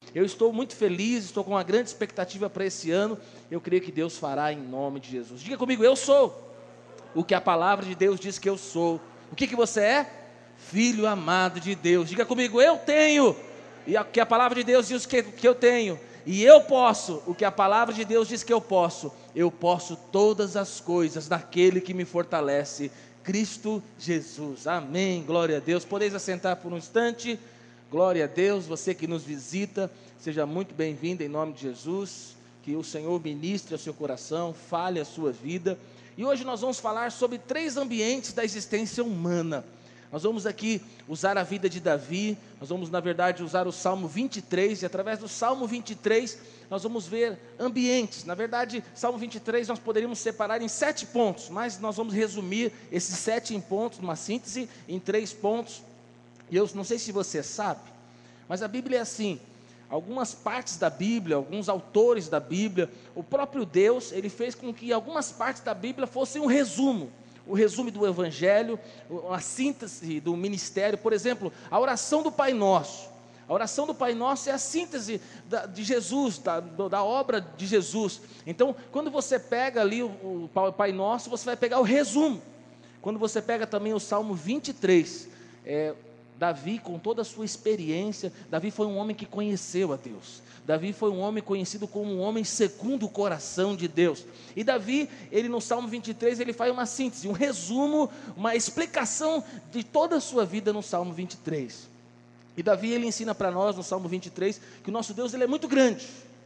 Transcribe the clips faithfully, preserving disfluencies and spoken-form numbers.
Eu estou muito feliz, estou com uma grande expectativa para esse ano. Eu creio que Deus fará em nome de Jesus. Diga comigo, eu sou o que a palavra de Deus diz que eu sou. O que, que você é? Filho amado de Deus. Diga comigo, eu tenho e o que a palavra de Deus diz que, que eu tenho. E eu posso o que a palavra de Deus diz que eu posso. Eu posso todas as coisas naquele que me fortalece, Cristo Jesus. Amém, glória a Deus. Podeis assentar por um instante. Glória a Deus, você que nos visita, seja muito bem-vindo em nome de Jesus. Que o Senhor ministre ao seu coração, fale a sua vida. E hoje nós vamos falar sobre três ambientes da existência humana. Nós vamos aqui usar a vida de Davi, nós vamos na verdade usar o Salmo vinte e três, e através do Salmo vinte e três nós vamos ver ambientes. Na verdade, Salmo vinte e três nós poderíamos separar em sete pontos, mas nós vamos resumir esses sete em pontos, numa síntese, em três pontos. E eu não sei se você sabe, mas a Bíblia é assim, algumas partes da Bíblia, alguns autores da Bíblia, o próprio Deus, ele fez com que algumas partes da Bíblia fossem um resumo, o resumo do Evangelho, a síntese do ministério. Por exemplo, a oração do Pai Nosso. A oração do Pai Nosso é a síntese da, de Jesus, da, da obra de Jesus. Então, quando você pega ali o, o Pai Nosso, você vai pegar o resumo. Quando você pega também o Salmo vinte e três, é, Davi, com toda a sua experiência, Davi foi um homem que conheceu a Deus. Davi foi um homem conhecido como um homem segundo o coração de Deus. E Davi, ele no Salmo vinte e três, ele faz uma síntese, um resumo, uma explicação de toda a sua vida no Salmo vinte e três. E Davi, ele ensina para nós no Salmo vinte e três, que o nosso Deus, ele é muito grande,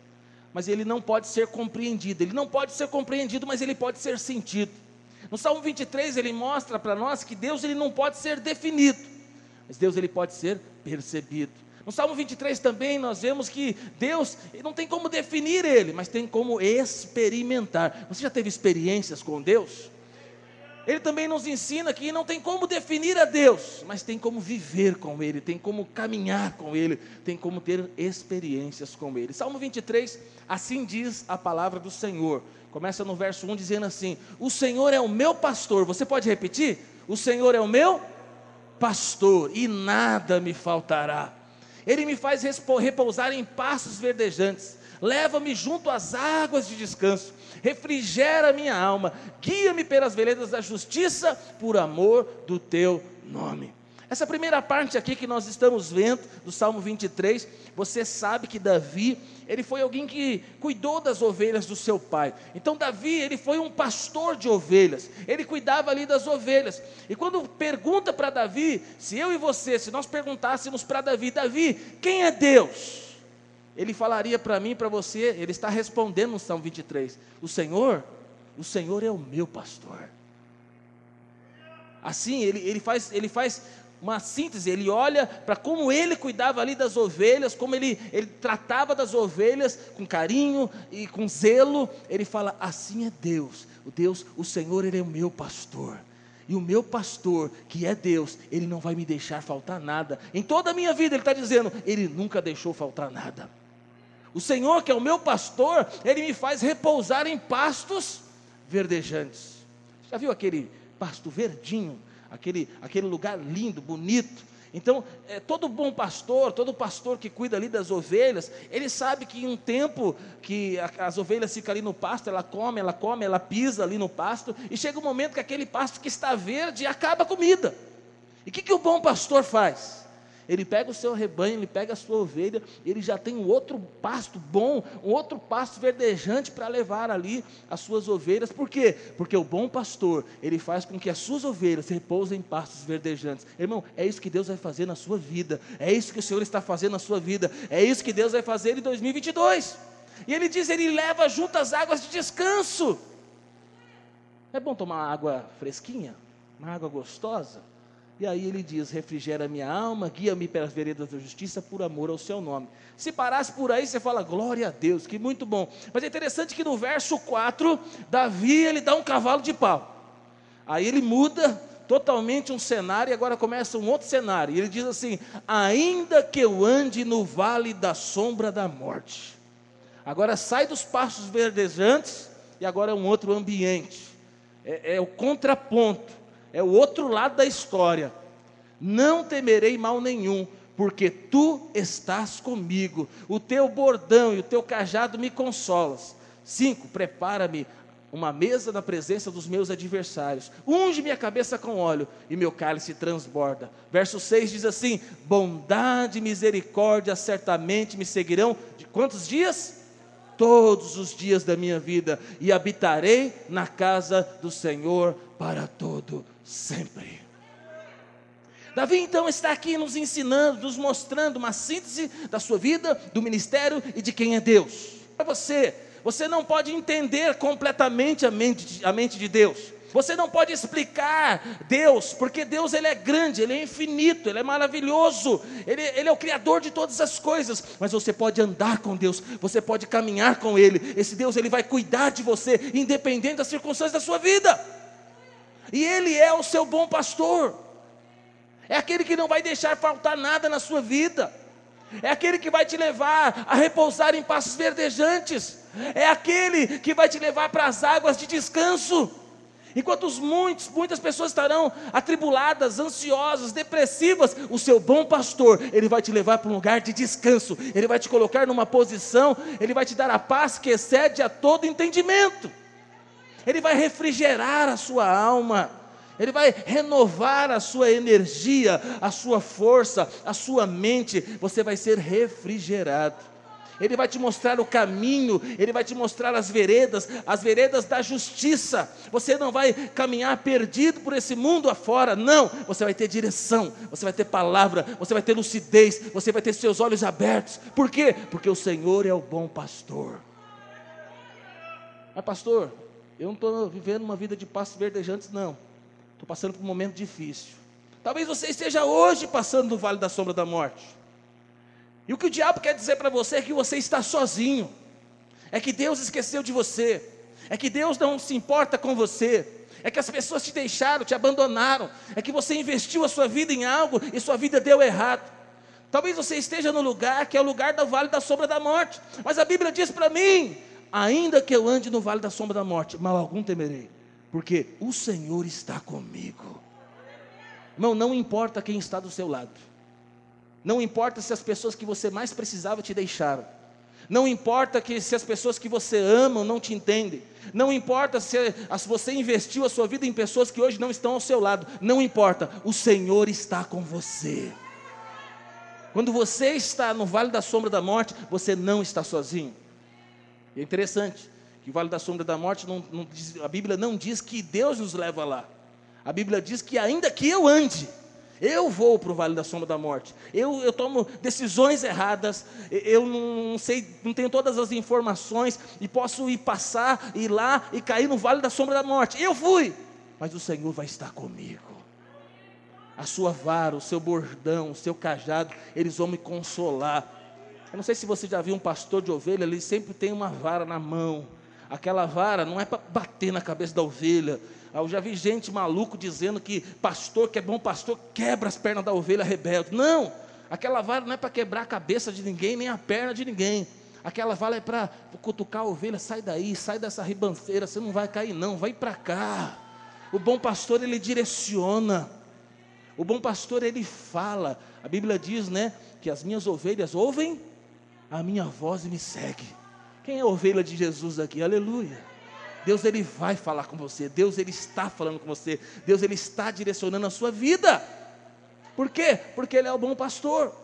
mas ele não pode ser compreendido. Ele não pode ser compreendido, mas ele pode ser sentido. No Salmo vinte e três, ele mostra para nós que Deus, ele não pode ser definido, mas Deus, ele pode ser percebido. No Salmo vinte e três também nós vemos que Deus, não tem como definir Ele, mas tem como experimentar. Você já teve experiências com Deus? Ele também nos ensina que não tem como definir a Deus, mas tem como viver com Ele, tem como caminhar com Ele, tem como ter experiências com Ele. Salmo vinte e três, assim diz a palavra do Senhor. Começa no verso um dizendo assim: o Senhor é o meu pastor. Você pode repetir? O Senhor é o meu pastor e nada me faltará. Ele me faz repousar em pastos verdejantes, leva-me junto às águas de descanso, refrigera minha alma, guia-me pelas veredas da justiça, por amor do teu nome. Essa primeira parte aqui que nós estamos vendo, do Salmo vinte e três, você sabe que Davi, ele foi alguém que cuidou das ovelhas do seu pai. Então Davi, ele foi um pastor de ovelhas, ele cuidava ali das ovelhas. E quando pergunta para Davi, se eu e você, se nós perguntássemos para Davi, Davi, quem é Deus? Ele falaria para mim e para você, ele está respondendo no Salmo vinte e três, o Senhor, o Senhor é o meu pastor. Assim, ele, ele faz, ele faz uma síntese, ele olha para como ele cuidava ali das ovelhas, como ele, ele tratava das ovelhas com carinho e com zelo. Ele fala, assim é Deus, o Deus, o Senhor, ele é o meu pastor, e o meu pastor, que é Deus, ele não vai me deixar faltar nada. Em toda a minha vida, ele está dizendo, ele nunca deixou faltar nada. O Senhor, que é o meu pastor, ele me faz repousar em pastos verdejantes. Já viu aquele pasto verdinho? Aquele, aquele lugar lindo, bonito. Então, é, todo bom pastor, todo pastor que cuida ali das ovelhas, ele sabe que em um tempo que a, as ovelhas ficam ali no pasto, ela come, ela come, ela pisa ali no pasto, e chega um momento que aquele pasto que está verde, acaba a comida. E o que, que o bom pastor faz? Ele pega o seu rebanho, ele pega a sua ovelha, ele já tem um outro pasto bom, um outro pasto verdejante para levar ali as suas ovelhas. Por quê? Porque o bom pastor, ele faz com que as suas ovelhas repousem em pastos verdejantes. Irmão, é isso que Deus vai fazer na sua vida, é isso que o Senhor está fazendo na sua vida, é isso que Deus vai fazer em dois mil e vinte e dois. E ele diz, ele leva junto às águas de descanso. É bom tomar uma água fresquinha, uma água gostosa. E aí ele diz, refrigera minha alma, guia-me pelas veredas da justiça, por amor ao seu nome. Se parasse por aí, você fala, glória a Deus, que muito bom. Mas é interessante que no verso quatro, Davi, ele dá um cavalo de pau. Aí ele muda totalmente um cenário, e agora começa um outro cenário. E ele diz assim, ainda que eu ande no vale da sombra da morte. Agora sai dos pastos verdejantes, e agora é um outro ambiente. É, é o contraponto. É o outro lado da história. Não temerei mal nenhum, porque tu estás comigo, o teu bordão e o teu cajado me consolas. cinco, prepara-me uma mesa na presença dos meus adversários, unge minha cabeça com óleo, e meu cálice transborda. Verso seis diz assim: bondade e misericórdia certamente me seguirão, de quantos dias? Todos os dias da minha vida, e habitarei na casa do Senhor para todo sempre. Davi então está aqui nos ensinando, nos mostrando uma síntese da sua vida, do ministério e de quem é Deus. Para você, você não pode entender completamente a mente, a mente de Deus. Você não pode explicar Deus, porque Deus ele é grande, Ele é infinito, Ele é maravilhoso, Ele, ele é o Criador de todas as coisas. Mas você pode andar com Deus, você pode caminhar com Ele. Esse Deus ele vai cuidar de você, independente das circunstâncias da sua vida. E Ele é o seu bom pastor. É aquele que não vai deixar faltar nada na sua vida. É aquele que vai te levar a repousar em pastos verdejantes. É aquele que vai te levar para as águas de descanso. Enquanto os muitos, muitas pessoas estarão atribuladas, ansiosas, depressivas, o seu bom pastor, ele vai te levar para um lugar de descanso. Ele vai te colocar numa posição, ele vai te dar a paz que excede a todo entendimento. Ele vai refrigerar a sua alma. Ele vai renovar a sua energia, a sua força, a sua mente. Você vai ser refrigerado. Ele vai te mostrar o caminho, Ele vai te mostrar as veredas, as veredas da justiça. Você não vai caminhar perdido por esse mundo afora, não. Você vai ter direção, você vai ter palavra, você vai ter lucidez, você vai ter seus olhos abertos. Por quê? Porque o Senhor é o bom pastor. Mas pastor, eu não estou vivendo uma vida de pastos verdejantes, não. Estou passando por um momento difícil. Talvez você esteja hoje passando no vale da sombra da morte. E o que o diabo quer dizer para você é que você está sozinho. É que Deus esqueceu de você. É que Deus não se importa com você. É que as pessoas te deixaram, te abandonaram. É que você investiu a sua vida em algo e sua vida deu errado. Talvez você esteja no lugar que é o lugar do vale da sombra da morte. Mas a Bíblia diz para mim: ainda que eu ande no vale da sombra da morte, mal algum temerei, porque o Senhor está comigo. Irmão, não importa quem está do seu lado. Não importa se as pessoas que você mais precisava te deixaram. Não importa que, se as pessoas que você ama não te entendem. Não importa se, se você investiu a sua vida em pessoas que hoje não estão ao seu lado. Não importa, o Senhor está com você. Quando você está no vale da sombra da morte, você não está sozinho. E é interessante que o vale da sombra da morte, não, não diz, a Bíblia não diz que Deus nos leva lá. A Bíblia diz que ainda que eu ande, eu vou para o vale da sombra da morte. Eu, eu tomo decisões erradas. Eu não sei, não tenho todas as informações e posso ir passar, ir lá e cair no vale da sombra da morte. Eu fui, mas o Senhor vai estar comigo. A sua vara, o seu bordão, o seu cajado, eles vão me consolar. Eu não sei se você já viu um pastor de ovelha, ele sempre tem uma vara na mão. Aquela vara não é para bater na cabeça da ovelha. Eu já vi gente maluco dizendo que pastor, que é bom pastor, quebra as pernas da ovelha rebelde. Não, aquela vara não é para quebrar a cabeça de ninguém, nem a perna de ninguém. Aquela vara é para cutucar a ovelha. Sai daí, sai dessa ribanceira, você não vai cair não, vai para cá. O bom pastor, ele direciona. O bom pastor, ele fala. A Bíblia diz, né, que as minhas ovelhas ouvem a minha voz e me seguem. Quem é a ovelha de Jesus aqui? Aleluia. Deus ele vai falar com você. Deus ele está falando com você. Deus ele está direcionando a sua vida. Por quê? Porque ele é o bom pastor.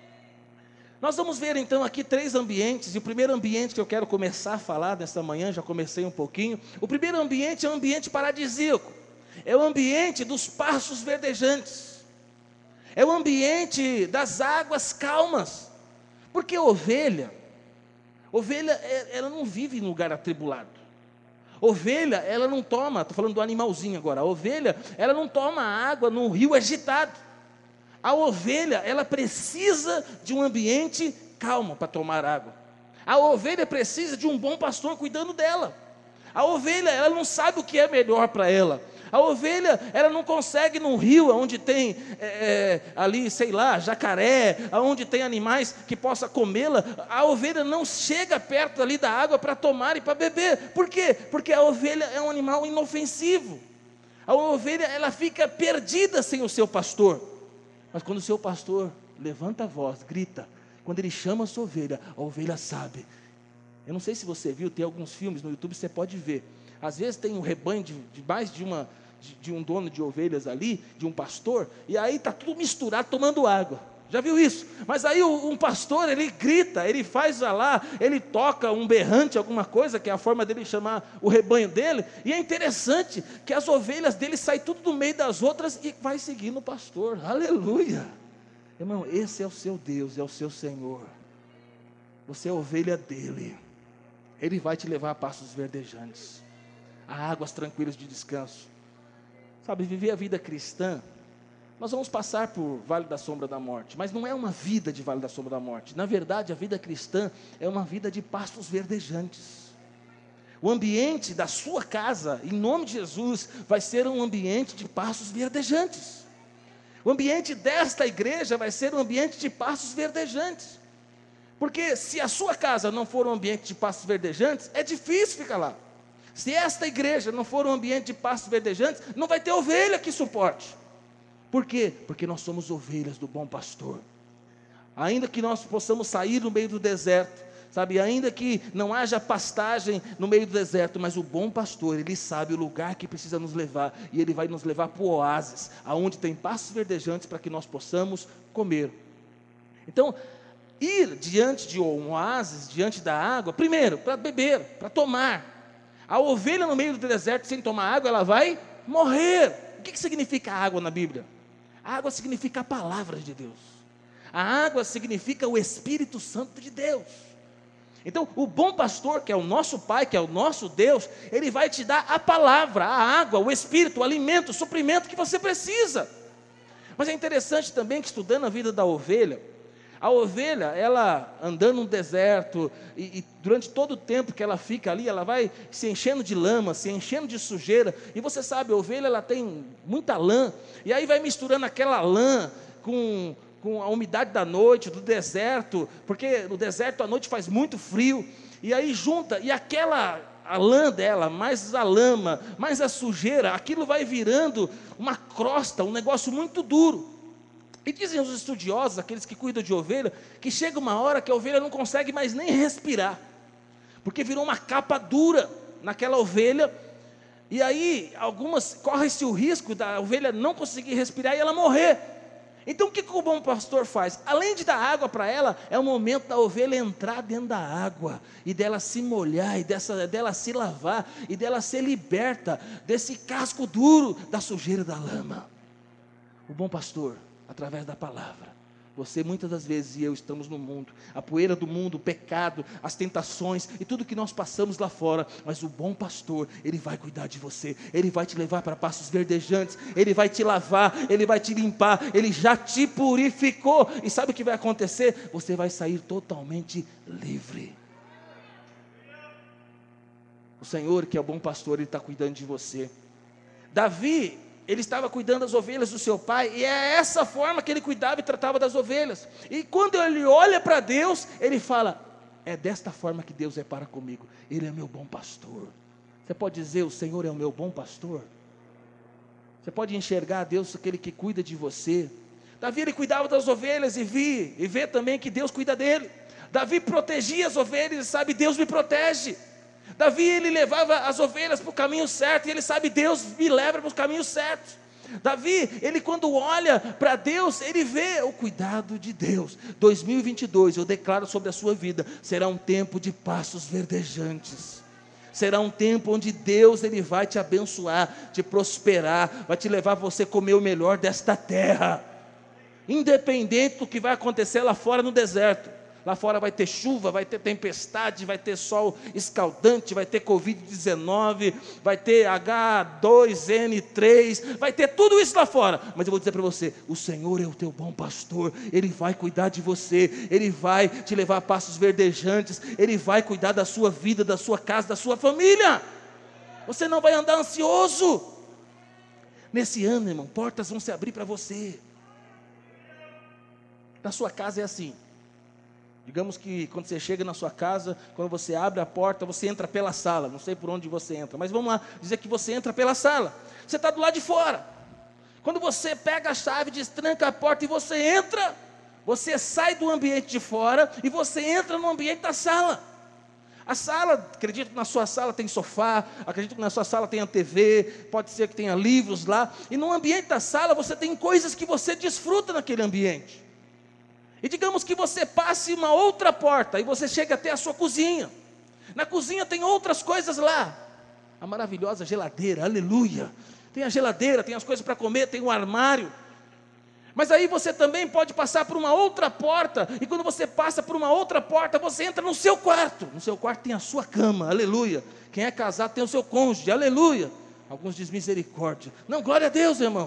Nós vamos ver então aqui três ambientes. E o primeiro ambiente que eu quero começar a falar nesta manhã, já comecei um pouquinho. O primeiro ambiente é um ambiente paradisíaco. É o ambiente dos pastos verdejantes. É o ambiente das águas calmas. Porque ovelha, ovelha ela não vive em lugar atribulado. Ovelha, ela não toma, estou falando do animalzinho agora, a ovelha, ela não toma água num rio agitado. A ovelha, ela precisa de um ambiente calmo para tomar água. A ovelha precisa de um bom pastor cuidando dela. A ovelha, ela não sabe o que é melhor para ela. A ovelha, ela não consegue num rio onde tem é, ali, sei lá, jacaré, onde tem animais que possa comê-la. A ovelha não chega perto ali da água para tomar e para beber. Por quê? Porque a ovelha é um animal inofensivo. A ovelha, ela fica perdida sem o seu pastor. Mas quando o seu pastor levanta a voz, grita. Quando ele chama a sua ovelha, a ovelha sabe. Eu não sei se você viu, tem alguns filmes no YouTube, você pode ver. Às vezes tem um rebanho de, de mais de, uma, de, de um dono de ovelhas ali, de um pastor, e aí está tudo misturado tomando água. Já viu isso? Mas aí o, um pastor, ele grita, ele faz lá, ele toca um berrante, alguma coisa, que é a forma dele chamar o rebanho dele, e é interessante que as ovelhas dele saem tudo do meio das outras e vai seguindo o pastor. Aleluia! Irmão, esse é o seu Deus, é o seu Senhor. Você é a ovelha dele. Ele vai te levar a pastos verdejantes, a águas tranquilas de descanso. Sabe, viver a vida cristã, nós vamos passar por Vale da Sombra da Morte, mas não é uma vida de Vale da Sombra da Morte. Na verdade, a vida cristã é uma vida de pastos verdejantes. O ambiente da sua casa, em nome de Jesus, vai ser um ambiente de pastos verdejantes. O ambiente desta igreja vai ser um ambiente de pastos verdejantes. Porque se a sua casa não for um ambiente de pastos verdejantes, é difícil ficar lá. Se esta igreja não for um ambiente de pastos verdejantes, não vai ter ovelha que suporte. Por quê? Porque nós somos ovelhas do bom pastor. Ainda que nós possamos sair no meio do deserto, sabe, ainda que não haja pastagem no meio do deserto, mas o bom pastor, ele sabe o lugar que precisa nos levar, e ele vai nos levar para o oásis, aonde tem pastos verdejantes para que nós possamos comer. Então, ir diante de um oásis, diante da água, primeiro, para beber, para tomar. A ovelha no meio do deserto sem tomar água, ela vai morrer. O que, que significa água na Bíblia? A água significa a palavra de Deus. A água significa o Espírito Santo de Deus. Então, o bom pastor, que é o nosso Pai, que é o nosso Deus, ele vai te dar a palavra, a água, o Espírito, o alimento, o suprimento que você precisa. Mas é interessante também que, estudando a vida da ovelha, a ovelha, ela andando no deserto, e, e durante todo o tempo que ela fica ali, ela vai se enchendo de lama, se enchendo de sujeira, e você sabe, a ovelha, ela tem muita lã, e aí vai misturando aquela lã com, com a umidade da noite, do deserto, porque no deserto à noite faz muito frio, e aí junta, e aquela, a lã dela, mais a lama, mais a sujeira, aquilo vai virando uma crosta, um negócio muito duro. E dizem os estudiosos, aqueles que cuidam de ovelha, que chega uma hora que a ovelha não consegue mais nem respirar, porque virou uma capa dura naquela ovelha, e aí algumas corre-se o risco da ovelha não conseguir respirar e ela morrer. Então o que, que o bom pastor faz? Além de dar água para ela, é o momento da ovelha entrar dentro da água, e dela se molhar, e dessa, dela se lavar, e dela ser liberta desse casco duro da sujeira da lama. O bom pastor, através da palavra, você muitas das vezes e eu estamos no mundo, a poeira do mundo, o pecado, as tentações e tudo que nós passamos lá fora, mas o bom pastor, ele vai cuidar de você, ele vai te levar para pastos verdejantes, ele vai te lavar, ele vai te limpar, ele já te purificou, e sabe o que vai acontecer? Você vai sair totalmente livre. O Senhor, que é o bom pastor, ele está cuidando de você. Davi, ele estava cuidando das ovelhas do seu pai, e é essa forma que ele cuidava e tratava das ovelhas. E quando ele olha para Deus, ele fala: é desta forma que Deus é para comigo, Ele é meu bom pastor. Você pode dizer: o Senhor é o meu bom pastor? Você pode enxergar a Deus, aquele que cuida de você. Davi, ele cuidava das ovelhas e vi, e vê também que Deus cuida dele. Davi protegia as ovelhas e sabe, Deus me protege. Davi, ele levava as ovelhas para o caminho certo, e ele sabe, Deus me leva para os caminhos certos. Davi, ele quando olha para Deus, ele vê o cuidado de Deus. dois mil e vinte e dois, eu declaro sobre a sua vida, será um tempo de pastos verdejantes. Será um tempo onde Deus, ele vai te abençoar, te prosperar, vai te levar a você comer o melhor desta terra. Independente do que vai acontecer lá fora no deserto. Lá fora vai ter chuva, vai ter tempestade, vai ter sol escaldante, vai ter covid dezenove, vai ter agá dois ene três, vai ter tudo isso lá fora. Mas eu vou dizer para você, o Senhor é o teu bom pastor, Ele vai cuidar de você, Ele vai te levar a pastos verdejantes, Ele vai cuidar da sua vida, da sua casa, da sua família. Você não vai andar ansioso. Nesse ano, irmão, portas vão se abrir para você. Na sua casa é assim. Digamos que quando você chega na sua casa, quando você abre a porta, você entra pela sala. Não sei por onde você entra, mas vamos lá, dizer que você entra pela sala. Você está do lado de fora. Quando você pega a chave, destranca a porta e você entra, Você sai do ambiente de fora e você entra no ambiente da sala. A sala, acredito que na sua sala tem sofá, acredito que na sua sala tenha T V, pode ser que tenha livros lá. E no ambiente da sala você tem coisas que você desfruta naquele ambiente. E digamos que você passe uma outra porta e você chega até a sua cozinha. Na cozinha tem outras coisas lá. A maravilhosa geladeira, aleluia. Tem a geladeira, tem as coisas para comer, tem o armário. Mas aí você também pode passar por uma outra porta, e quando você passa por uma outra porta, você entra no seu quarto. No seu quarto tem a sua cama, aleluia. Quem é casado tem o seu cônjuge, aleluia. Alguns dizem misericórdia. Não, glória a Deus, irmão.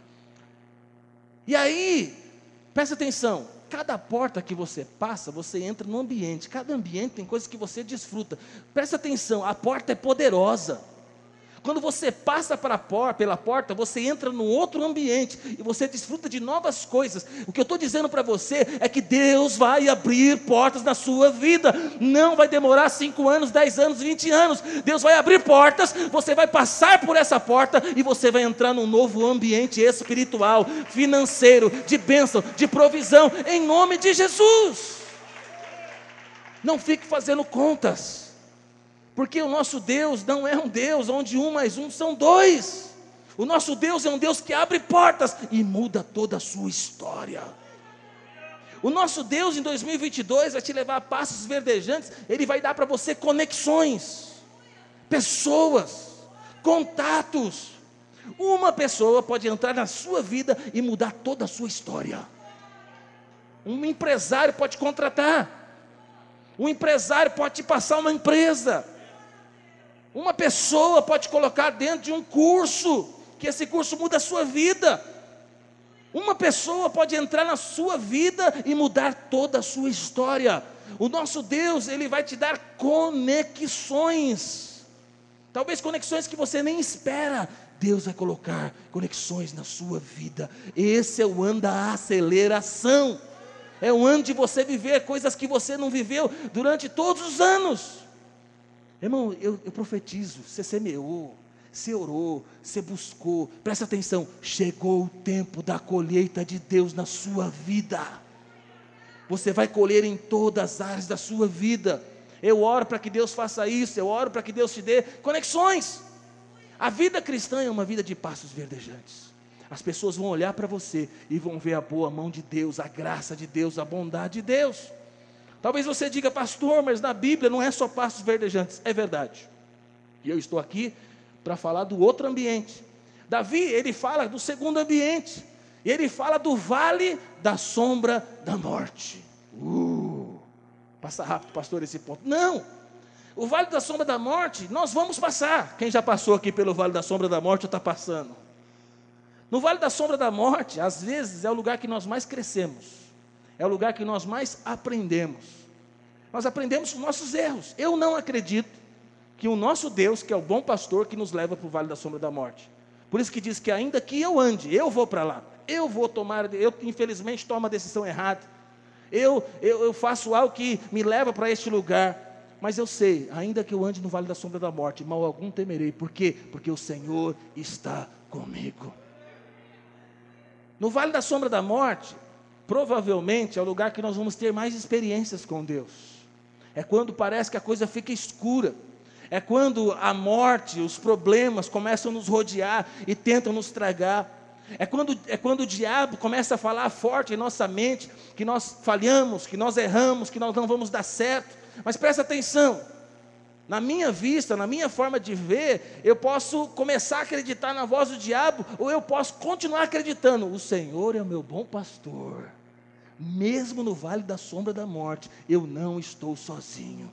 E aí, presta atenção, cada porta que você passa, você entra no ambiente. Cada ambiente tem coisas que você desfruta. Presta atenção, a porta é poderosa. Quando você passa para a porta, pela porta, você entra num outro ambiente e você desfruta de novas coisas. O que eu estou dizendo para você é que Deus vai abrir portas na sua vida. Não vai demorar cinco anos, dez anos, vinte anos. Deus vai abrir portas, você vai passar por essa porta e você vai entrar num novo ambiente espiritual, financeiro, de bênção, de provisão, em nome de Jesus. Não fique fazendo contas. Porque o nosso Deus não é um Deus onde um mais um são dois. O nosso Deus é um Deus que abre portas e muda toda a sua história. O nosso Deus em dois mil e vinte e dois vai te levar a passos verdejantes. Ele vai dar para você conexões, pessoas, contatos. Uma pessoa pode entrar na sua vida e mudar toda a sua história. Um empresário pode contratar. Um empresário pode te passar uma empresa. Uma pessoa pode colocar dentro de um curso, que esse curso muda a sua vida. Uma pessoa pode entrar na sua vida e mudar toda a sua história. O nosso Deus, Ele vai te dar conexões. Talvez conexões que você nem espera. Deus vai colocar conexões na sua vida. Esse é o ano da aceleração. É o ano de você viver coisas que você não viveu durante todos os anos. Irmão, eu, eu profetizo, você semeou, você orou, você buscou, presta atenção, chegou o tempo da colheita de Deus na sua vida. Você vai colher em todas as áreas da sua vida. Eu oro para que Deus faça isso, eu oro para que Deus te dê conexões. A vida cristã é uma vida de passos verdejantes. As pessoas vão olhar para você e vão ver a boa mão de Deus, a graça de Deus, a bondade de Deus. Talvez você diga, pastor, mas na Bíblia não é só passos verdejantes. É verdade. E eu estou aqui para falar do outro ambiente. Davi, ele fala do segundo ambiente. E ele fala do vale da sombra da morte. Uh, passa rápido, pastor, esse ponto. Não. O vale da sombra da morte, nós vamos passar. Quem já passou aqui pelo vale da sombra da morte ou está passando? No vale da sombra da morte, às vezes é o lugar que nós mais crescemos. É o lugar que nós mais aprendemos. Nós aprendemos com nossos erros. Eu não acredito que o nosso Deus, que é o bom pastor, que nos leva para o vale da sombra da morte. Por isso que diz que ainda que eu ande, eu vou para lá. Eu vou tomar, eu infelizmente tomo a decisão errada. Eu, eu, eu faço algo que me leva para este lugar. Mas eu sei, ainda que eu ande no vale da sombra da morte, mal algum temerei. Por quê? Porque o Senhor está comigo. No vale da sombra da morte, provavelmente é o lugar que nós vamos ter mais experiências com Deus. É quando parece que a coisa fica escura. É quando a morte, os problemas começam a nos rodear e tentam nos tragar. É quando, é quando o diabo começa a falar forte em nossa mente, que nós falhamos, que nós erramos, que nós não vamos dar certo. Mas presta atenção, na minha vista, na minha forma de ver, eu posso começar a acreditar na voz do diabo, ou eu posso continuar acreditando, o Senhor é o meu bom pastor, mesmo no vale da sombra da morte, eu não estou sozinho.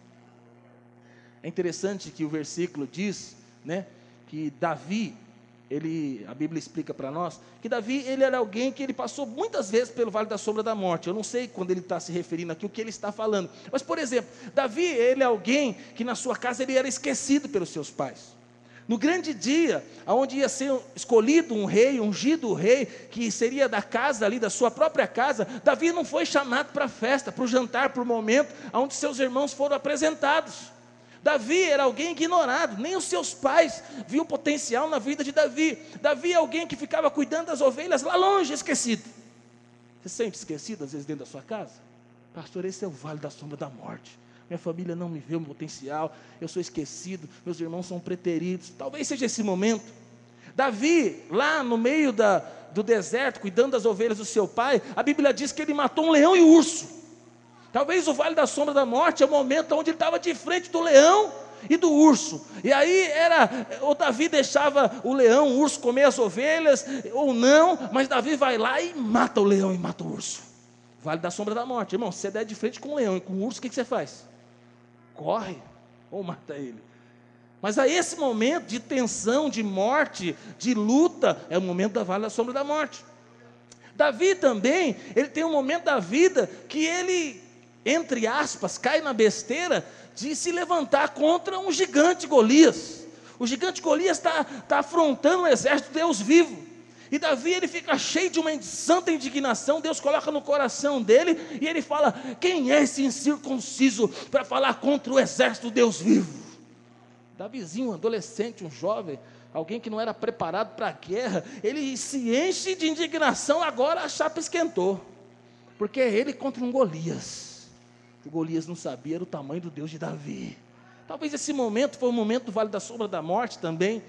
É interessante que o versículo diz, né, que Davi, ele, a Bíblia explica para nós, que Davi, ele era alguém que ele passou muitas vezes pelo vale da sombra da morte. Eu não sei quando ele está se referindo aqui, o que ele está falando. Mas, por exemplo, Davi, ele é alguém que na sua casa ele era esquecido pelos seus pais. No grande dia, onde ia ser escolhido um rei, ungido o rei, que seria da casa ali, da sua própria casa, Davi não foi chamado para a festa, para o jantar, para o momento, onde seus irmãos foram apresentados. Davi era alguém ignorado, nem os seus pais viam potencial na vida de Davi. Davi é alguém que ficava cuidando das ovelhas lá longe, esquecido. Você se sente esquecido às vezes dentro da sua casa? Pastor, esse é o vale da sombra da morte. Minha família não me vê o meu potencial, eu sou esquecido, meus irmãos são preteridos. Talvez seja esse momento. Davi, lá no meio da, do deserto, cuidando das ovelhas do seu pai, a Bíblia diz que ele matou um leão e um urso. Talvez o vale da sombra da morte é o momento onde ele estava de frente do leão e do urso. E aí era, o Davi deixava o leão, o urso comer as ovelhas, ou não, mas Davi vai lá e mata o leão e mata o urso. Vale da sombra da morte. Irmão, se você der de frente com o leão e com o urso, o que, que você faz? Corre ou mata ele. Mas a esse momento de tensão, de morte, de luta, é o momento da vale da sombra da morte. Davi também, ele tem um momento da vida que ele, entre aspas, cai na besteira de se levantar contra um gigante Golias. O gigante Golias está tá afrontando o exército de Deus vivo. E Davi, ele fica cheio de uma santa indignação. Deus coloca no coração dele e ele fala: quem é esse incircunciso para falar contra o exército de Deus vivo? Davizinho, um adolescente, um jovem, alguém que não era preparado para a guerra, ele se enche de indignação. Agora a chapa esquentou, porque é ele contra um Golias. O Golias não sabia era o tamanho do Deus de Davi. Talvez esse momento foi o momento do vale da sombra da morte também.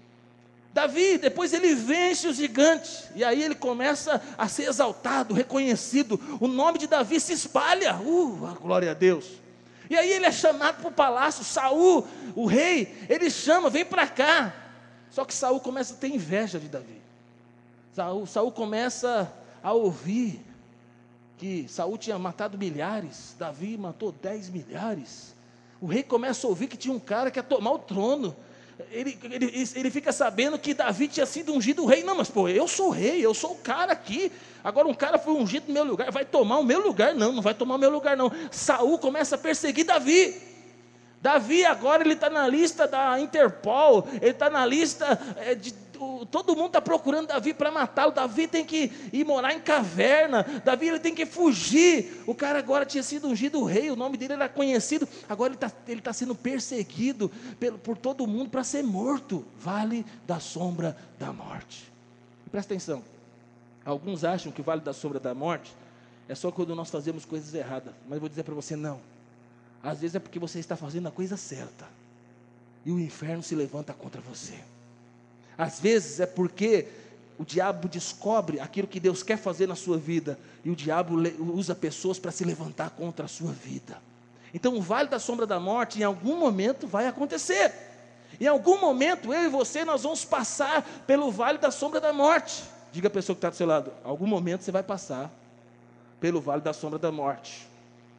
Davi, depois ele vence o gigante, e aí ele começa a ser exaltado, reconhecido, o nome de Davi se espalha, uh, a glória a Deus. E aí ele é chamado para o palácio. Saul, o rei, ele chama, vem para cá. Só que Saul começa a ter inveja de Davi. Saul, Saul começa a ouvir que Saul tinha matado milhares, Davi matou dez milhares. O rei começa a ouvir que tinha um cara que ia tomar o trono. Ele, ele, ele fica sabendo que Davi tinha sido ungido rei. Não, mas pô, eu sou rei, eu sou o cara aqui. Agora um cara foi ungido no meu lugar, vai tomar o meu lugar? Não, não vai tomar o meu lugar não. Saul começa a perseguir Davi. Davi agora ele está na lista da Interpol, ele está na lista é, de todo mundo está procurando Davi para matá-lo. Davi tem que ir morar em caverna, Davi ele tem que fugir. O cara agora tinha sido ungido rei, o nome dele era conhecido, agora ele está ele tá sendo perseguido pelo, por todo mundo para ser morto. Vale da sombra da morte. Presta atenção, alguns acham que o vale da sombra da morte é só quando nós fazemos coisas erradas, mas eu vou dizer para você, não. Às vezes é porque você está fazendo a coisa certa e o inferno se levanta contra você. Às vezes é porque o diabo descobre aquilo que Deus quer fazer na sua vida e o diabo usa pessoas para se levantar contra a sua vida. Então o vale da sombra da morte em algum momento vai acontecer. Em algum momento eu e você nós vamos passar pelo vale da sombra da morte. Diga a pessoa que está do seu lado: em algum momento você vai passar pelo vale da sombra da morte.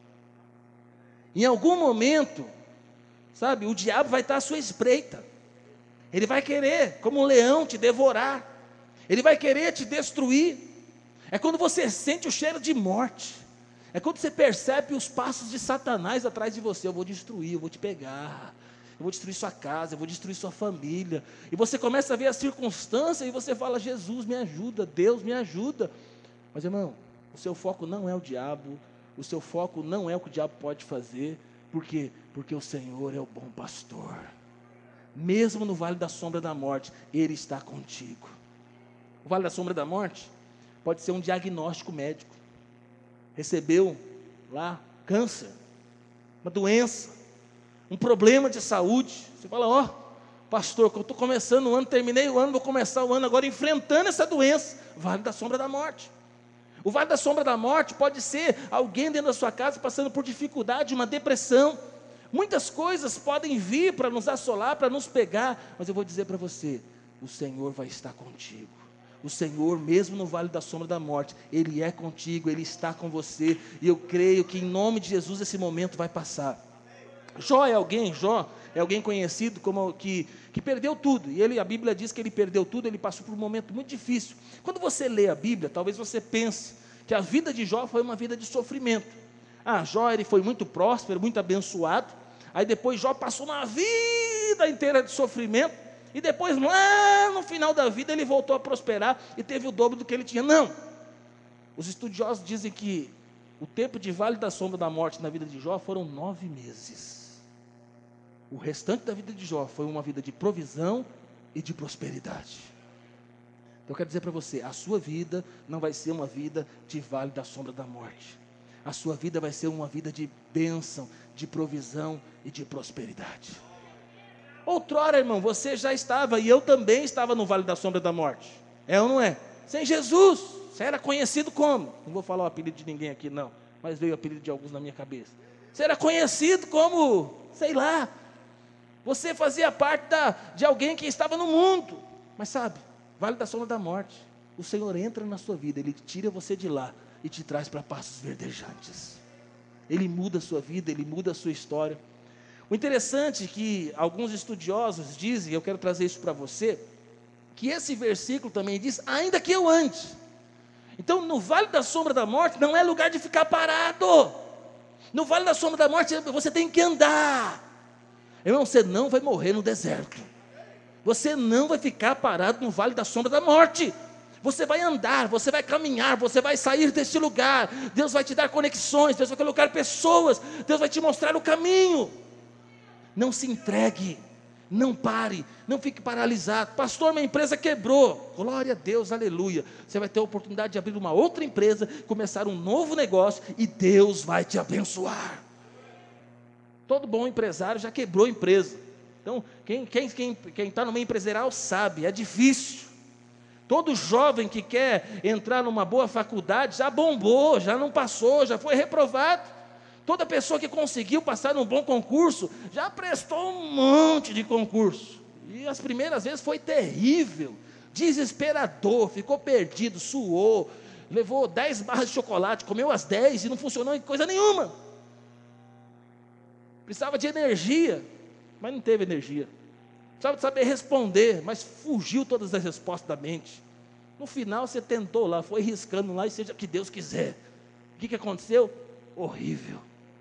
Em algum momento, sabe, o diabo vai estar à sua espreita. Ele vai querer, como um leão, te devorar. Ele vai querer te destruir. É quando você sente o cheiro de morte. É quando você percebe os passos de Satanás atrás de você. Eu vou destruir, eu vou te pegar. Eu vou destruir sua casa, eu vou destruir sua família. E você começa a ver as circunstâncias e você fala: Jesus me ajuda, Deus me ajuda. Mas irmão, o seu foco não é o diabo. O seu foco não é o que o diabo pode fazer. Por quê? Porque o Senhor é o bom pastor. Mesmo no vale da sombra da morte, Ele está contigo. O vale da sombra da morte pode ser um diagnóstico médico. Recebeu lá câncer, uma doença, um problema de saúde. Você fala: ó, oh, pastor, eu estou começando o ano, terminei o ano, vou começar o ano agora enfrentando essa doença. Vale da sombra da morte. O vale da sombra da morte pode ser alguém dentro da sua casa passando por dificuldade, uma depressão. Muitas coisas podem vir para nos assolar, para nos pegar, mas eu vou dizer para você: o Senhor vai estar contigo. O Senhor, mesmo no vale da sombra da morte, Ele é contigo, Ele está com você, e eu creio que em nome de Jesus esse momento vai passar. Jó é alguém, Jó é alguém conhecido como que, que perdeu tudo, e ele, a Bíblia diz que ele perdeu tudo, ele passou por um momento muito difícil. Quando você lê a Bíblia, talvez você pense que a vida de Jó foi uma vida de sofrimento. Ah, Jó ele foi muito próspero, muito abençoado, aí depois Jó passou uma vida inteira de sofrimento, e depois lá no final da vida ele voltou a prosperar e teve o dobro do que ele tinha. Não, os estudiosos dizem que o tempo de vale da sombra da morte na vida de Jó foram nove meses. O restante da vida de Jó foi uma vida de provisão e de prosperidade. Eu quero dizer para você, a sua vida não vai ser uma vida de vale da sombra da morte. A sua vida vai ser uma vida de bênção, de provisão e de prosperidade. Outrora, irmão, você já estava, e eu também estava no vale da sombra da morte. É ou não é? Sem Jesus, você era conhecido como? Não vou falar o apelido de ninguém aqui não, mas veio o apelido de alguns na minha cabeça. Você era conhecido como, sei lá, você fazia parte da, de alguém que estava no mundo. Mas sabe, vale da sombra da morte, o Senhor entra na sua vida, Ele tira você de lá e te traz para pastos verdejantes. Ele muda a sua vida, Ele muda a sua história. O interessante é que alguns estudiosos dizem, eu quero trazer isso para você, que esse versículo também diz, ainda que eu ande. Então, no vale da sombra da morte, não é lugar de ficar parado. No vale da sombra da morte, você tem que andar. Irmão, você não vai morrer no deserto. Você não vai ficar parado no vale da sombra da morte. Você vai andar, você vai caminhar, você vai sair deste lugar. Deus vai te dar conexões, Deus vai colocar pessoas, Deus vai te mostrar o caminho. Não se entregue, não pare, não fique paralisado. Pastor, minha empresa quebrou. Glória a Deus, aleluia. Você vai ter a oportunidade de abrir uma outra empresa, começar um novo negócio e Deus vai te abençoar. Todo bom empresário já quebrou a empresa. Então, quem está quem, quem, quem tá no meio empresarial sabe, é difícil. Todo jovem que quer entrar numa boa faculdade já bombou, já não passou, já foi reprovado. Toda pessoa que conseguiu passar num bom concurso, já prestou um monte de concurso. E as primeiras vezes foi terrível, desesperador, ficou perdido, suou, levou dez barras de chocolate, comeu as dez e não funcionou em coisa nenhuma. Precisava de energia, mas não teve energia. Precisava de saber responder, mas fugiu todas as respostas da mente. No final você tentou lá, foi riscando lá e seja o que Deus quiser. O que, que aconteceu? Horrível.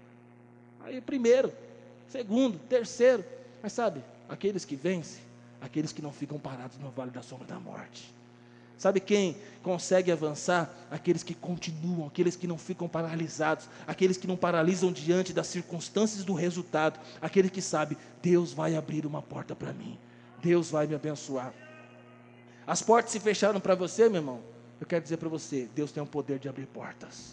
Aí primeiro, segundo, terceiro, mas sabe, aqueles que vencem, aqueles que não ficam parados no vale da sombra da morte. Sabe quem consegue avançar? Aqueles que continuam, aqueles que não ficam paralisados, aqueles que não paralisam diante das circunstâncias do resultado, aquele que sabe, Deus vai abrir uma porta para mim, Deus vai me abençoar. As portas se fecharam para você, meu irmão, eu quero dizer para você, Deus tem o poder de abrir portas.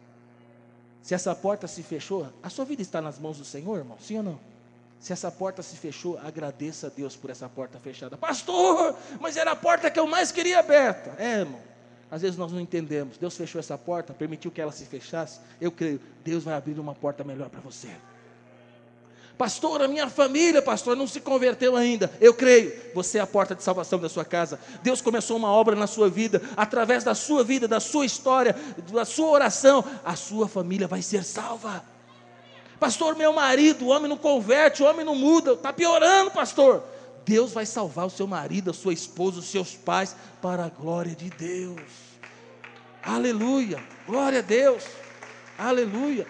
Se essa porta se fechou, a sua vida está nas mãos do Senhor, irmão, sim ou não? Se essa porta se fechou, agradeça a Deus por essa porta fechada. Pastor, mas era a porta que eu mais queria aberta. É, irmão, às vezes nós não entendemos. Deus fechou essa porta, permitiu que ela se fechasse. Eu creio, Deus vai abrir uma porta melhor para você. Pastor, a minha família, pastor, não se converteu ainda. Eu creio, você é a porta de salvação da sua casa. Deus começou uma obra na sua vida, através da sua vida, da sua história, da sua oração, a sua família vai ser salva. Pastor, meu marido, o homem não converte, o homem não muda, está piorando, pastor. Deus vai salvar o seu marido, a sua esposa, os seus pais, para a glória de Deus. Aleluia, glória a Deus, aleluia.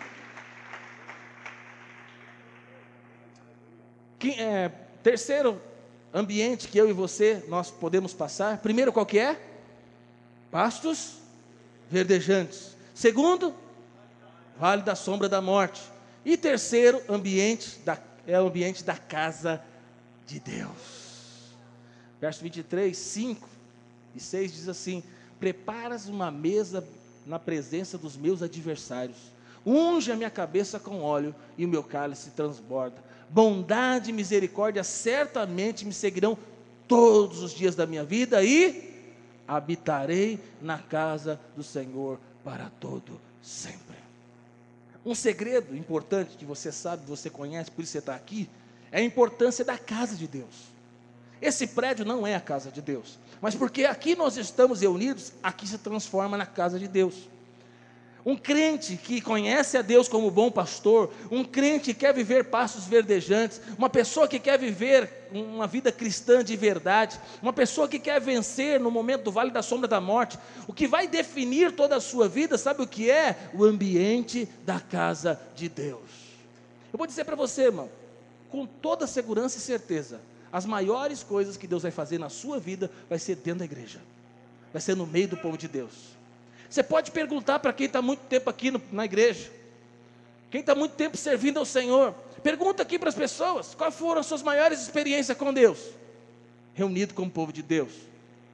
Que, é, terceiro ambiente que eu e você, nós podemos passar. Primeiro, qual que é? Pastos verdejantes. Segundo, vale da sombra da morte. E terceiro ambiente, da, é o ambiente da casa de Deus. Verso vinte e três, cinco e seis diz assim: preparas uma mesa na presença dos meus adversários, unge a minha cabeça com óleo e o meu cálice transborda. Bondade e misericórdia certamente me seguirão todos os dias da minha vida e habitarei na casa do Senhor para todo sempre. Um segredo importante que você sabe, você conhece, por isso você está aqui, é a importância da casa de Deus. Esse prédio não é a casa de Deus, mas porque aqui nós estamos reunidos, aqui se transforma na casa de Deus. Um crente que conhece a Deus como bom pastor, um crente que quer viver passos verdejantes, uma pessoa que quer viver uma vida cristã de verdade, uma pessoa que quer vencer no momento do vale da sombra da morte, o que vai definir toda a sua vida, sabe o que é? O ambiente da casa de Deus. Eu vou dizer para você, irmão, com toda segurança e certeza, as maiores coisas que Deus vai fazer na sua vida, vai ser dentro da igreja, vai ser no meio do povo de Deus. Você pode perguntar para quem está muito tempo aqui no, na igreja, quem está muito tempo servindo ao Senhor, pergunta aqui para as pessoas, quais foram as suas maiores experiências com Deus? Reunido como povo de Deus.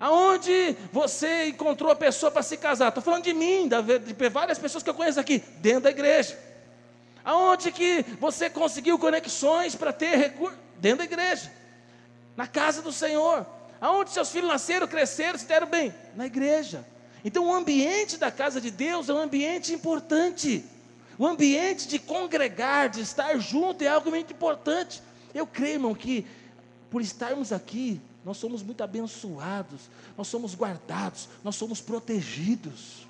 Aonde você encontrou a pessoa para se casar? Estou falando de mim, de várias pessoas que eu conheço aqui, dentro da igreja. Aonde que você conseguiu conexões para ter recursos? Dentro da igreja, na casa do Senhor. Aonde seus filhos nasceram, cresceram, se deram bem? Na igreja. Então o ambiente da casa de Deus é um ambiente importante. O ambiente de congregar, de estar junto é algo muito importante. Eu creio, irmão, que por estarmos aqui, nós somos muito abençoados, nós somos guardados, nós somos protegidos.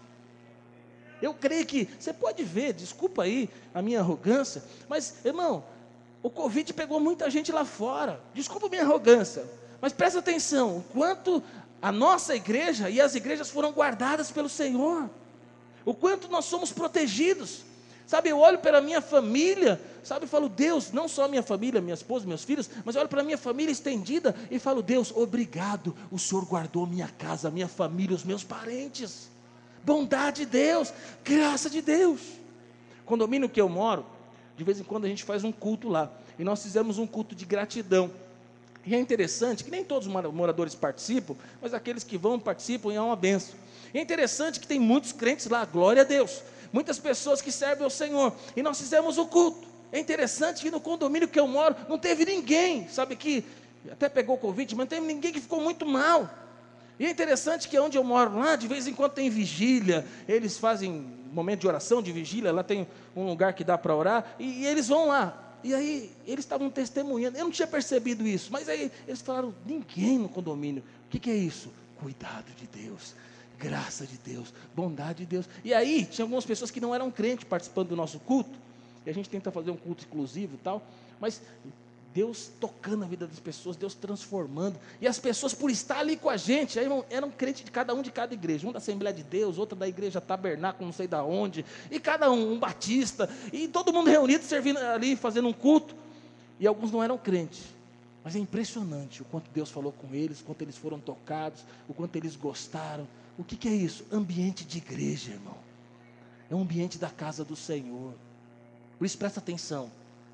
Eu creio que, você pode ver, desculpa aí a minha arrogância, mas, irmão, o Covid pegou muita gente lá fora. Desculpa a minha arrogância, mas presta atenção, o quanto a nossa igreja e as igrejas foram guardadas pelo Senhor, o quanto nós somos protegidos. Sabe, eu olho para a minha família, sabe, e falo, Deus, não só a minha família, minha esposa, meus filhos, mas eu olho para a minha família estendida e falo, Deus, obrigado, o Senhor guardou minha casa, minha família, os meus parentes. Bondade de Deus, graça de Deus. Condomínio que eu moro, de vez em quando a gente faz um culto lá, e nós fizemos um culto de gratidão. E é interessante que nem todos os moradores participam, mas aqueles que vão participam e é uma benção. E é interessante que tem muitos crentes lá, glória a Deus, muitas pessoas que servem ao Senhor, e nós fizemos o culto. É interessante que no condomínio que eu moro, não teve ninguém, sabe, que até pegou Covid, mas não teve ninguém que ficou muito mal. E é interessante que onde eu moro lá, de vez em quando tem vigília, eles fazem momento de oração, de vigília, lá tem um lugar que dá para orar, e, e eles vão lá, e aí eles estavam testemunhando, eu não tinha percebido isso, mas aí eles falaram, ninguém no condomínio, o que, que é isso? Cuidado de Deus, graça de Deus, bondade de Deus. E aí tinha algumas pessoas que não eram crentes participando do nosso culto, e a gente tenta fazer um culto exclusivo e tal, mas Deus tocando a vida das pessoas, Deus transformando, e as pessoas por estar ali com a gente, aí eram crentes de cada um de cada igreja, um da Assembleia de Deus, outro da igreja Tabernáculo, não sei da onde, e cada um, um batista, e todo mundo reunido, servindo ali, fazendo um culto, e alguns não eram crentes, mas é impressionante o quanto Deus falou com eles, o quanto eles foram tocados, o quanto eles gostaram. O que, que é isso? Ambiente de igreja, irmão, é um ambiente da casa do Senhor. Por isso presta atenção,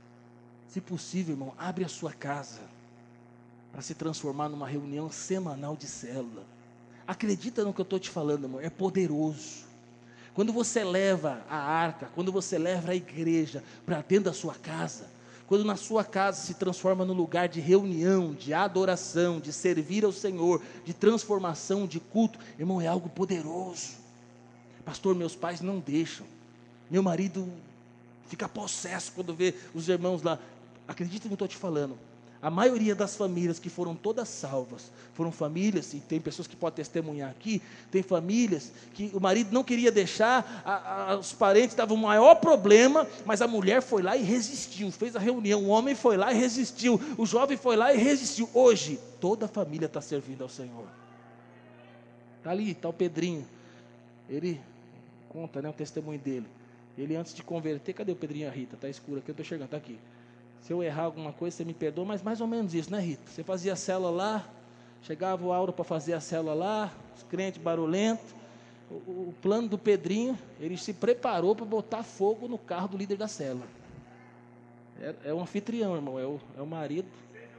se possível, irmão, abre a sua casa para se transformar numa reunião semanal de célula. Acredita no que eu estou te falando, irmão, é poderoso. Quando você leva a arca, quando você leva a igreja para dentro da sua casa, quando na sua casa se transforma num lugar de reunião, de adoração, de servir ao Senhor, de transformação, de culto, irmão, é algo poderoso. Pastor, meus pais não deixam, meu marido fica possesso quando vê os irmãos lá. Acredita no que eu estou te falando, a maioria das famílias que foram todas salvas, foram famílias, e tem pessoas que podem testemunhar aqui, tem famílias que o marido não queria deixar, a, a, os parentes davam o maior problema, mas a mulher foi lá e resistiu, fez a reunião, o homem foi lá e resistiu, o jovem foi lá e resistiu. Hoje, toda a família está servindo ao Senhor. Está ali, está o Pedrinho, ele conta, né, o testemunho dele. Ele antes de converter, cadê o Pedrinho e a Rita? Está escuro aqui, eu estou chegando, está aqui. Se eu errar alguma coisa, você me perdoa, mas mais ou menos isso, né, Rita? Você fazia a célula lá, chegava o Auro para fazer a célula lá, os crentes barulhentos. O, o plano do Pedrinho, ele se preparou para botar fogo no carro do líder da célula. É, é um anfitrião, irmão, é o, é o marido.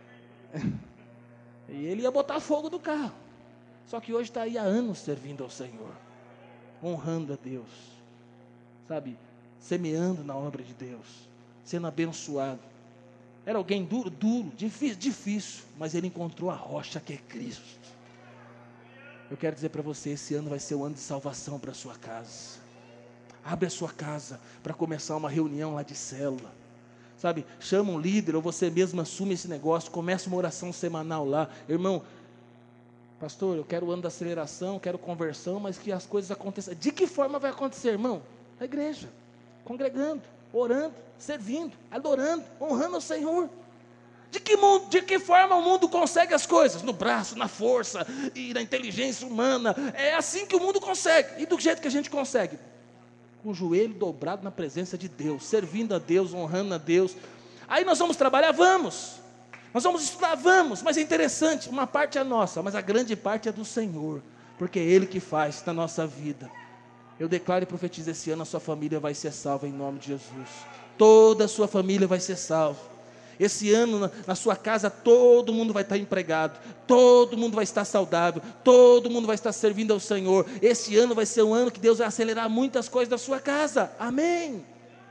E ele ia botar fogo no carro. Só que hoje está aí há anos servindo ao Senhor, honrando a Deus, sabe, semeando na obra de Deus, sendo abençoado. Era alguém duro, duro, difícil, difícil, mas ele encontrou a rocha que é Cristo. Eu quero dizer para você, esse ano vai ser o ano de salvação para a sua casa. Abre a sua casa para começar uma reunião lá de célula, sabe, chama um líder, ou você mesmo assume esse negócio, começa uma oração semanal lá. Irmão, pastor, eu quero o ano da aceleração, quero conversão, mas que as coisas aconteçam. De que forma vai acontecer, irmão? Na igreja, congregando, orando, servindo, adorando, honrando ao Senhor. De que, mundo, de que forma o mundo consegue as coisas? No braço, na força e na inteligência humana. É assim que o mundo consegue. E do jeito que a gente consegue? Com o joelho dobrado na presença de Deus, servindo a Deus, honrando a Deus. Aí nós vamos trabalhar? Vamos. Nós vamos estudar? Vamos. Mas é interessante, uma parte é nossa, mas a grande parte é do Senhor, porque é Ele que faz na nossa vida. Eu declaro e profetizo, esse ano a sua família vai ser salva em nome de Jesus. Toda a sua família vai ser salva. Esse ano na, na sua casa todo mundo vai estar empregado, todo mundo vai estar saudável, todo mundo vai estar servindo ao Senhor. Esse ano vai ser um ano que Deus vai acelerar muitas coisas da sua casa, amém.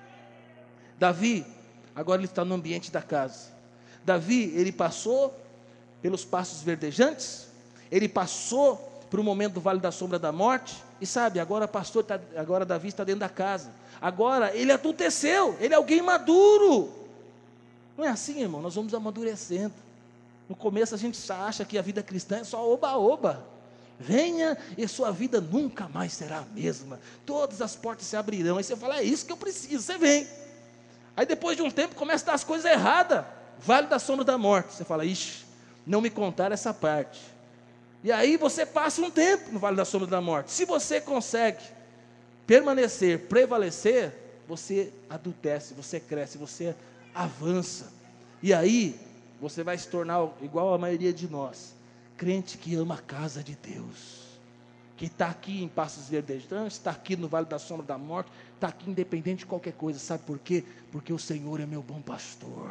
Davi, agora ele está no ambiente da casa. Davi, ele passou pelos pastos verdejantes, ele passou por um momento do vale da sombra da morte, e sabe, agora pastor, tá, agora Davi está dentro da casa, agora ele adulteceu, ele é alguém maduro. Não é assim, irmão, nós vamos amadurecendo. No começo a gente acha que a vida cristã é só oba-oba, venha e sua vida nunca mais será a mesma, todas as portas se abrirão, aí você fala, é isso que eu preciso, você vem, aí depois de um tempo começa a dar as coisas erradas, vale da sombra da morte, você fala, ixi, não me contaram essa parte, e aí você passa um tempo no vale da sombra da morte. Se você consegue permanecer, prevalecer, você adultece, você cresce, você avança, e aí você vai se tornar igual a maioria de nós, crente que ama a casa de Deus, que está aqui em pastos verdejantes, está aqui no vale da sombra da morte, está aqui independente de qualquer coisa. Sabe por quê? Porque o Senhor é meu bom pastor.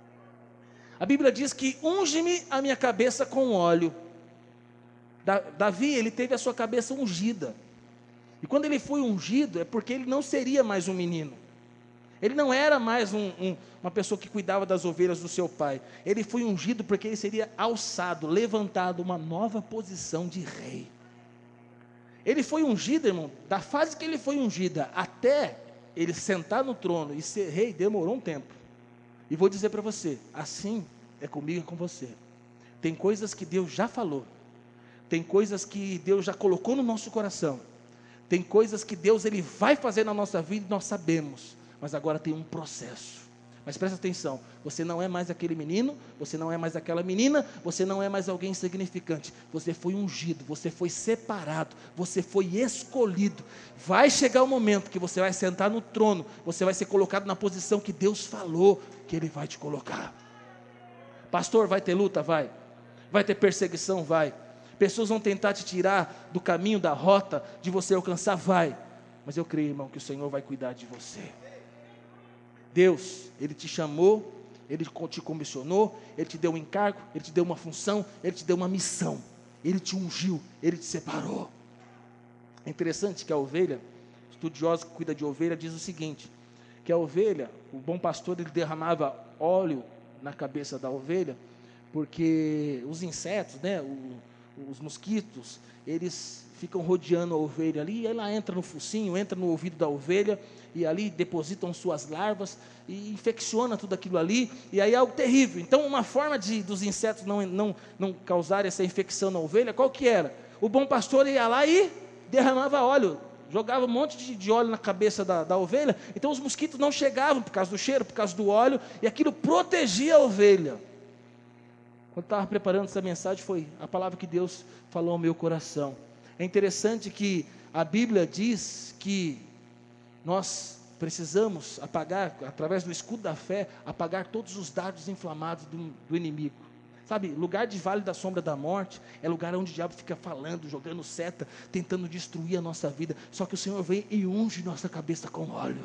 A Bíblia diz que unge-me a minha cabeça com óleo. Davi, ele teve a sua cabeça ungida, e quando ele foi ungido, é porque ele não seria mais um menino, ele não era mais um, um, uma pessoa que cuidava das ovelhas do seu pai, ele foi ungido porque ele seria alçado, levantado, uma nova posição de rei. Ele foi ungido, irmão, da fase que ele foi ungida, até ele sentar no trono e ser rei, demorou um tempo, e vou dizer para você, assim é comigo e com você, tem coisas que Deus já falou, tem coisas que Deus já colocou no nosso coração, tem coisas que Deus ele vai fazer na nossa vida e nós sabemos, mas agora tem um processo. Mas presta atenção, você não é mais aquele menino, você não é mais aquela menina, você não é mais alguém insignificante, você foi ungido, você foi separado, você foi escolhido. Vai chegar o momento que você vai sentar no trono, você vai ser colocado na posição que Deus falou que Ele vai te colocar. Pastor, vai ter luta? Vai. Vai ter perseguição? Vai. Pessoas vão tentar te tirar do caminho, da rota, de você alcançar? Vai. Mas eu creio, irmão, que o Senhor vai cuidar de você. Deus, Ele te chamou, Ele te comissionou, Ele te deu um encargo, Ele te deu uma função, Ele te deu uma missão, Ele te ungiu, Ele te separou. É interessante que a ovelha, estudioso que cuida de ovelha, diz o seguinte, que a ovelha, o bom pastor, ele derramava óleo na cabeça da ovelha, porque os insetos, né, o, os mosquitos, eles ficam rodeando a ovelha ali, e ela entra no focinho, entra no ouvido da ovelha, e ali depositam suas larvas, e infecciona tudo aquilo ali, e aí é algo terrível. Então uma forma de, dos insetos não, não, não causarem essa infecção na ovelha, qual que era? O bom pastor ia lá e derramava óleo, jogava um monte de, de óleo na cabeça da, da ovelha, então os mosquitos não chegavam, por causa do cheiro, por causa do óleo, e aquilo protegia a ovelha. Quando estava preparando essa mensagem, foi a palavra que Deus falou ao meu coração. É interessante que a Bíblia diz que nós precisamos apagar, através do escudo da fé, apagar todos os dardos inflamados do, do inimigo. Sabe, lugar de vale da sombra da morte, é lugar onde o diabo fica falando, jogando seta, tentando destruir a nossa vida, só que o Senhor vem e unge nossa cabeça com óleo.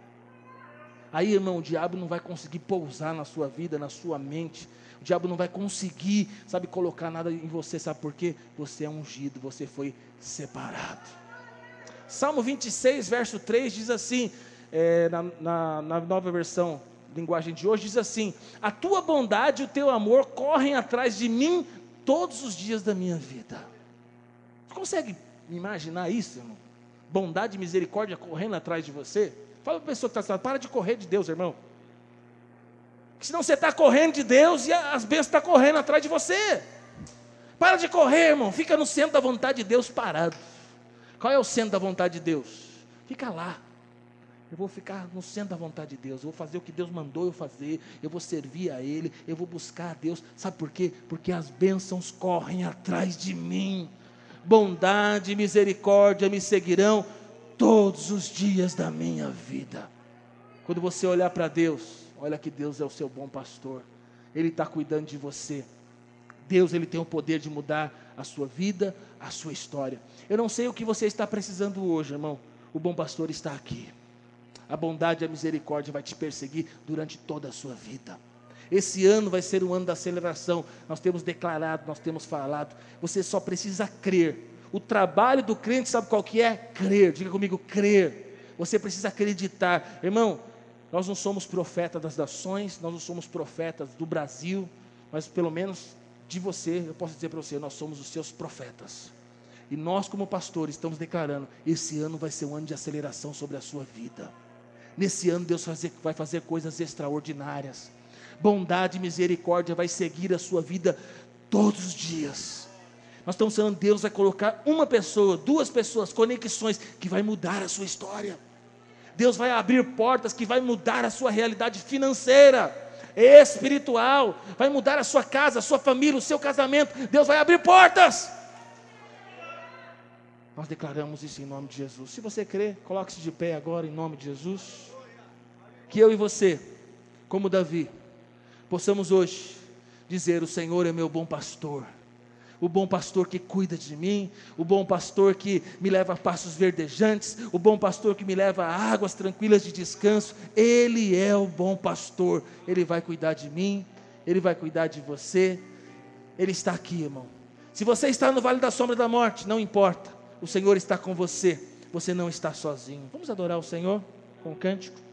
Aí, irmão, o diabo não vai conseguir pousar na sua vida, na sua mente, o diabo não vai conseguir, sabe, colocar nada em você, sabe por quê? Você é ungido, você foi separado. Salmo vinte e seis, verso três, diz assim, é, na, na, na nova versão, linguagem de hoje, diz assim, a tua bondade e o teu amor correm atrás de mim todos os dias da minha vida. Você consegue imaginar isso, irmão? Bondade e misericórdia correndo atrás de você? Fala para a pessoa que está falando, para de correr de Deus, irmão. Porque senão você está correndo de Deus e as bênçãos estão correndo atrás de você. Para de correr, irmão, fica no centro da vontade de Deus parado. Qual é o centro da vontade de Deus? Fica lá. Eu vou ficar no centro da vontade de Deus, eu vou fazer o que Deus mandou eu fazer, eu vou servir a Ele, eu vou buscar a Deus. Sabe por quê? Porque as bênçãos correm atrás de mim. Bondade e misericórdia me seguirão todos os dias da minha vida. Quando você olhar para Deus, olha que Deus é o seu bom pastor, Ele está cuidando de você. Deus, Ele tem o poder de mudar a sua vida, a sua história. Eu não sei o que você está precisando hoje, irmão, o bom pastor está aqui. A bondade e a misericórdia vai te perseguir durante toda a sua vida. Esse ano vai ser um ano da aceleração. Nós temos declarado, nós temos falado. Você só precisa crer. O trabalho do crente, sabe qual que é? Crer. Diga comigo, crer. Você precisa acreditar. Irmão, nós não somos profetas das nações, nós não somos profetas do Brasil, mas pelo menos de você, eu posso dizer para você, nós somos os seus profetas. E nós como pastores estamos declarando, esse ano vai ser um ano de aceleração sobre a sua vida. Nesse ano Deus fazer, vai fazer coisas extraordinárias. Bondade e misericórdia vai seguir a sua vida todos os dias. Nós estamos falando, Deus vai colocar uma pessoa, duas pessoas, conexões, que vai mudar a sua história. Deus vai abrir portas que vai mudar a sua realidade financeira, espiritual, vai mudar a sua casa, a sua família, o seu casamento. Deus vai abrir portas. Nós declaramos isso em nome de Jesus. Se você crê, coloque-se de pé agora em nome de Jesus. Que eu e você, como Davi, possamos hoje dizer, o Senhor é meu bom pastor. O bom pastor que cuida de mim, o bom pastor que me leva a pastos verdejantes, o bom pastor que me leva a águas tranquilas de descanso. Ele é o bom pastor, Ele vai cuidar de mim, Ele vai cuidar de você. Ele está aqui, irmão. Se você está no vale da sombra da morte, não importa, o Senhor está com você, você não está sozinho. Vamos adorar o Senhor com um cântico?